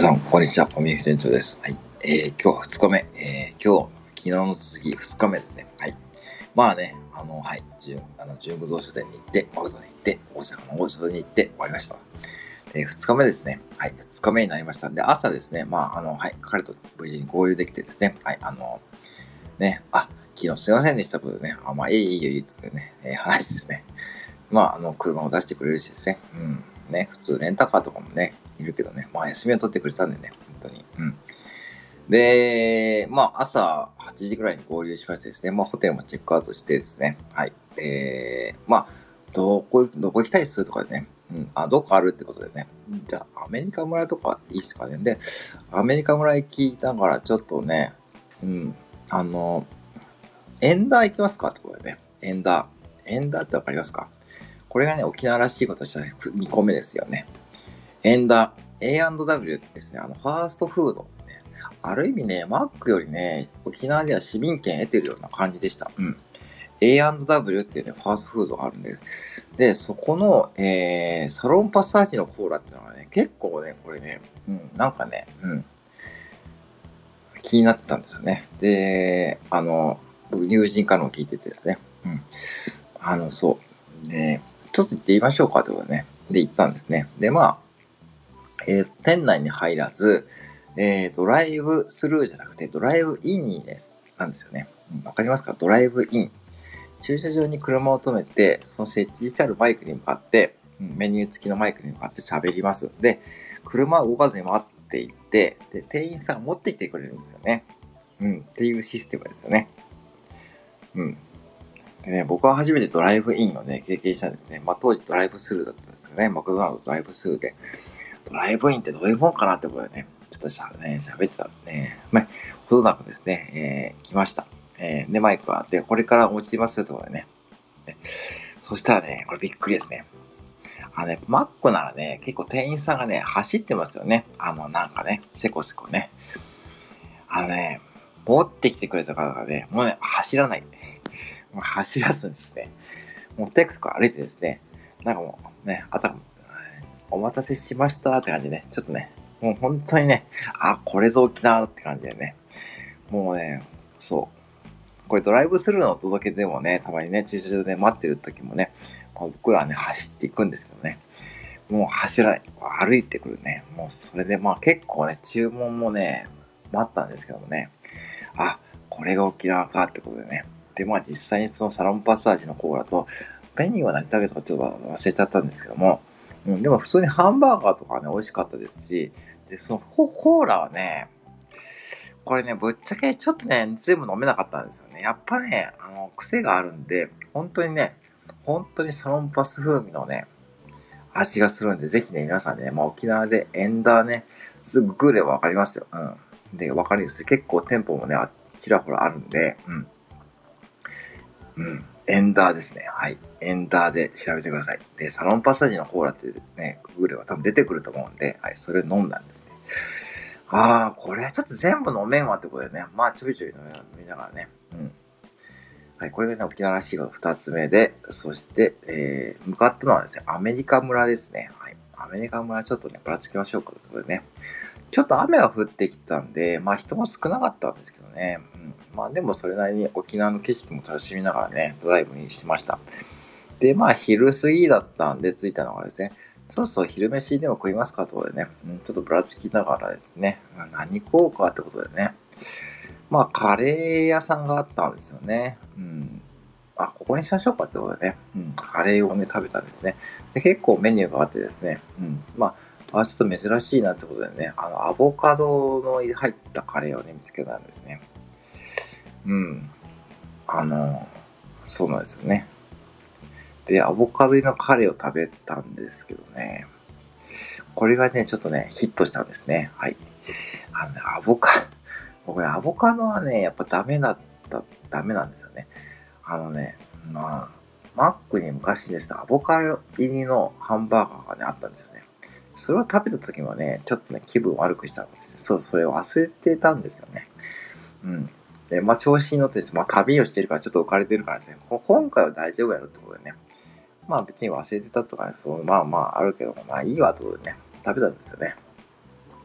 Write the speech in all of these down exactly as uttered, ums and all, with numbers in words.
さん、こんにちは。コミュニケーション店長です。はい。えー、今日はふつかめ。えー、今日、昨日の続き、ふつかめですね。はい。まあね、あの、はい。純、あの、純武道書店に行って、大津に行って、大阪の大書店に行って終わりました。えー、ふつかめですね。はい。ふつかめになりました。で、朝ですね、まあ、あの、はい。彼と無事に合流できてですね。はい。あの、ね、あ、昨日すいませんでしたことでね、あ、まあ、いいよ、いいよ、いいというね、えー、話ですね。まあ、あの、車を出してくれるしですね。うん。ね、普通レンタカーとかもね、いるけどね、まあ、休みを取ってくれたんでね、本当に。うん。で、まあ、朝はちじぐらいに合流しましてですね、まあ、ホテルもチェックアウトしてですね、はい。えー、まあ、どこ、どこ行きたいっすとかでね、うん、あ、どこあるってことでね、じゃあ、アメリカ村とかいいっすかね。で、アメリカ村行きながらちょっとね、うん、あの、エンダー行きますかってことでね、エンダー。エンダーってわかりますか？これがね、沖縄らしいことしたにこめですよね。エンダー、エーアンドダブリュー ってですね、あの、ファーストフード。ね、ある意味ね、マックよりね、沖縄では市民権得てるような感じでした。うん。エーアンドダブリュー っていうね、ファーストフードがあるんで。で、そこの、えー、サロンパッサージのコーラっていうのがね、結構ね、これね、うん、なんかね、うん、気になってたんですよね。で、あの、僕、友人からも聞いててですね、うん。あの、そう。ね、ちょっと行ってみましょうかってことでね。で、行ったんですね。で、まあ、えー、店内に入らず、えー、ドライブスルーじゃなくて、ドライブインにね、なんですよね。わ、うん、かりますか？ドライブイン。駐車場に車を止めて、その設置してあるマイクに向かって、うん、メニュー付きのマイクに向かって喋ります。で、車を動かずに待っていって、で、店員さんが持ってきてくれるんですよね。うん、っていうシステムですよね。うん。でね、僕は初めてドライブインをね、経験したんですね。まあ当時ドライブスルーだったんですよね。マクドナルドドライブスルーで。ドライブインってどういうもんかなってことでね、ちょっとしゃね、喋ってたらね、まあ、ほどなくですね、えー、来ました。えー、で、マイクがあって、これから落ちますよってことでね。ね、そしたらね、これびっくりですね。あのね、マックならね、結構店員さんがね、走ってますよね。あの、なんかね、せこせこね。あのね、持ってきてくれた方がね、もうね、走らない。もう走らずにですね、もうテクテク歩いてですね、なんかもうね、あたお待たせしましたって感じでね、ちょっとね、もう本当にね、あ、これぞ沖縄って感じでね、もうね、そう。これドライブスルーの届けでもね、たまにね、駐車場で待ってる時もね、僕らはね、走っていくんですけどね、もう走らない。歩いてくるね。もうそれでまあ結構ね、注文もね、待ったんですけどもね、あ、これが沖縄かってことでね。で、まあ実際にそのサロンパッサージのコーラと、メニューは何食べたかちょっと忘れちゃったんですけども、うん、でも普通にハンバーガーとかね、美味しかったですし、で、そのコーラはね、これね、ぶっちゃけちょっとね、全部飲めなかったんですよね。やっぱね、あの、癖があるんで、本当にね、本当にサロンパス風味のね、味がするんで、ぜひね、皆さんね、まあ、沖縄でエンダーね、すぐグーればわかりますよ。うん。で、わかります。結構店舗もね、あちらほらあるんで、うん。うん。エンダーですね。はい。エンダーで調べてください。で、サロンパッサージのコーラってね、ググれば多分出てくると思うんで、はい。それ飲んだんですね。ああ、これちょっと全部飲めんわってことでね。まあ、ちょいちょい飲みながらね。うん。はい。これがね、沖縄らしいこと二つ目で、そして、えー、向かったのはですね、アメリカ村ですね。はい。アメリカ村ちょっとね、ばらつきましょうかということでね。ちょっと雨が降ってきてたんで、まあ人も少なかったんですけどね。うん、まあでもそれなりに沖縄の景色も楽しみながらね、ドライブにしてました。で、まあ昼過ぎだったんで着いたのがですね、そろそろ昼飯でも食いますかということでね、うん、ちょっとぶらつきながらですね、何食おうかってことでね、まあカレー屋さんがあったんですよね。うん。あ、ここにしましょうかってことでね、うん、カレーをね、食べたんですね。で、結構メニューがあってですね、うん、まあ、あ、ちょっと珍しいなってことでね、あの、アボカドの入ったカレーをね、見つけたんですね。うん。あの、そうなんですよね。で、アボカド入りのカレーを食べたんですけどね、これがね、ちょっとね、ヒットしたんですね。はい。あのね、アボカ、僕ね、アボカドはね、やっぱダメだった、ダメなんですよね。あのね、まあ、マックに昔ですね、アボカド入りのハンバーガーがね、あったんですよね。それを食べた時もね、ちょっとね、気分悪くしたんですよ。そう、それを忘れてたんですよね。うん。で、まあ、調子に乗ってです、まあ、旅をしてるからちょっと浮かれてるからですね、今回は大丈夫やろってことでね。まあ、別に忘れてたとかね、そう、まあまあ、あるけども、まあいいわってことでね、食べたんですよね。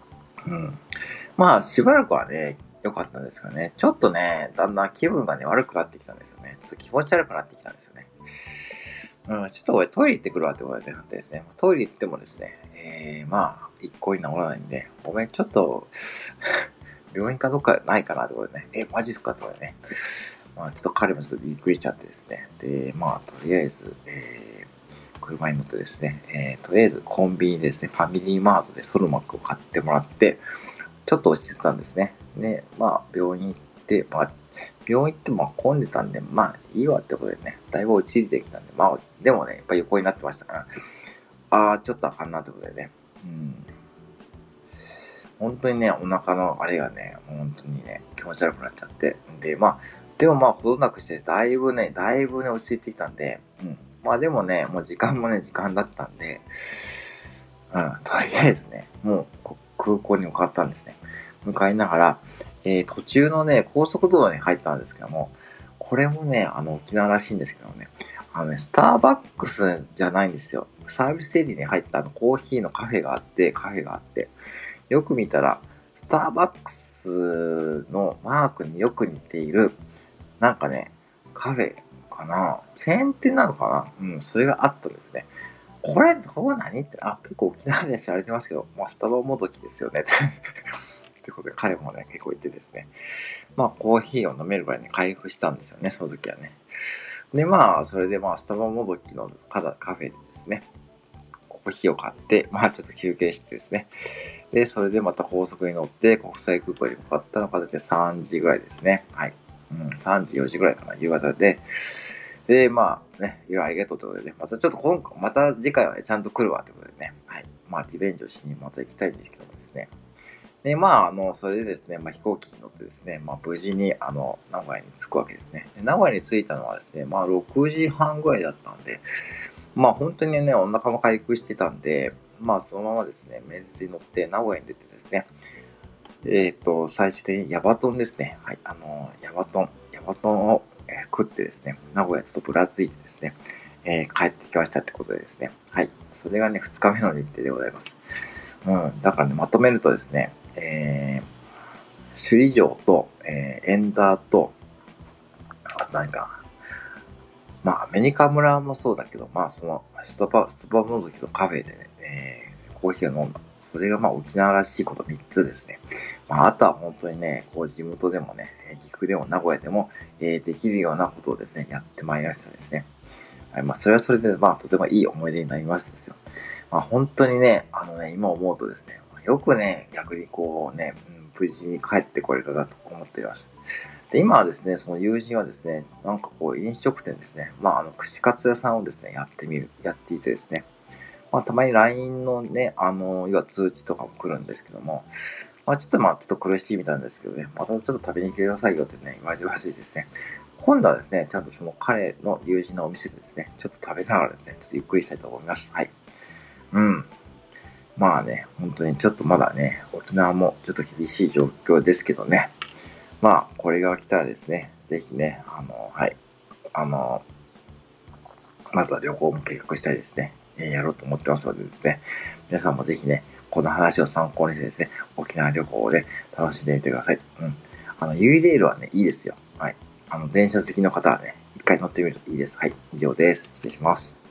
うん。まあ、しばらくはね、良かったんですがね、ちょっとね、だんだん気分がね、悪くなってきたんですよね。ちょっと気持ち悪くなってきたんですよね。うん、ちょっと俺トイレ行ってくるわってことでなってですね、トイレ行ってもですね、えー、まあ、一向に治らないんで、ごめん、ちょっと、病院かどっかないかなってことでね、え、マジっすかってことでね、まあ、ちょっと彼もちょっとびっくりしちゃってですね、で、まあ、とりあえず、えー、車に乗ってですね、えー、とりあえずコンビニでですね、ファミリーマートでソルマックを買ってもらって、ちょっと落ち着いたんですね。で、まあ、病院行って、まあ、病院行っても混んでたんで、まあ、いいわってことでね、だいぶ落ち着いてきたんで、まあ、でもね、やっぱ横になってましたから、ああ、ちょっとあかんなってことでね、うん。本当にね、お腹のあれがね、本当にね、気持ち悪くなっちゃって。で、まあ、でもまあ、ほどなくして、だいぶね、だいぶね、落ち着いてきたんで、うん。まあでもね、もう時間もね、時間だったんで、うん、とりあえずね、もう空港に向かったんですね。向かいながら、えー、途中のね、高速道路に入ったんですけども、これもね、あの、沖縄らしいんですけどね、あのね、スターバックスじゃないんですよ。サービスエリアに入ったあのコーヒーのカフェがあって、カフェがあって、よく見たら、スターバックスのマークによく似ている、なんかね、カフェかな、チェーン店なのかな、うん、それがあったんですね。これ、どう何って、あ、結構沖縄で知られてますけど、まあ、スタバもどきですよね。ってことで、彼もね、結構言ってですね。まあ、コーヒーを飲めるぐらいに回復したんですよね、その時はね。で、まあ、それでまあ、スタバもどきのカフェでですね、コーヒーを買って、まあ、ちょっと休憩してですね。で、それでまた高速に乗って、国際空港に向かったのが大体さんじぐらいですね。はい。うん、さんじ、よじぐらいかな、夕方で。で、まあね、いろいろありがとうということでね、またちょっと今回、また次回はね、ちゃんと来るわということでね、はい。まあ、リベンジをしにまた行きたいんですけどもですね。で、まあ、あの、それでですね、まあ、飛行機に乗ってですね、まあ、無事に、あの、名古屋に着くわけですね。で名古屋に着いたのはですね、まあ、ろくじはんぐらいだったんで、まあ、本当にね、お腹も回復してたんで、まあ、そのままですね、面接に乗って名古屋に出てですね、えっ、ー、と、最終的にヤバトンですね。はい、あの、ヤバトン、ヤバトンを、えー、食ってですね、名古屋ちょっとぶらついてですね、えー、帰ってきましたってことでですね。はい。それがね、ふつかめの日程でございます。うん。だからね、まとめるとですね、えー、首里城と、えー、エンダーと、あと何か、まあ、アメリカ村もそうだけど、まあ、その、ストパ、ストパブの時のカフェでね、えー、コーヒーを飲んだ。それがまあ、沖縄らしいことみっつですね。まあ、あとは本当にね、こう、地元でもね、岐阜でも名古屋でも、えー、できるようなことをですね、やってまいりましたですね。はい、まあ、それはそれで、まあ、とてもいい思い出になりましたですよ。まあ、本当にね、あのね、今思うとですね、よくね、逆にこうね、うん、無事に帰ってこれたなと思っていました。で、今はですね、その友人はですね、なんかこう、飲食店ですね、まあ、あの、串カツ屋さんをですね、やってみる、やっていてですね、まあ、たまに ライン のね、あの、要は通知とかも来るんですけども、まあ、ちょっとまあ、ちょっと苦しいみたいなんですけどね、またちょっと食べに来てくださいよってね、言われてるらしいですね。今度はですね、ちゃんとその彼の友人のお店でですね、ちょっと食べながらですね、ちょっとゆっくりしたいと思います。はい。うん。まあね、本当にちょっとまだね、沖縄もちょっと厳しい状況ですけどね、まあ、これが来たらですね、ぜひね、あの、はい、あの、まずは旅行も計画したいですね、えー、やろうと思ってますのでですね、皆さんもぜひね、この話を参考にしてですね、沖縄旅行をね、楽しんでみてください。うん。あの、ユイレールはね、いいですよ。はい。あの、電車好きの方はね、一回乗ってみるといいです。はい。以上です。失礼します。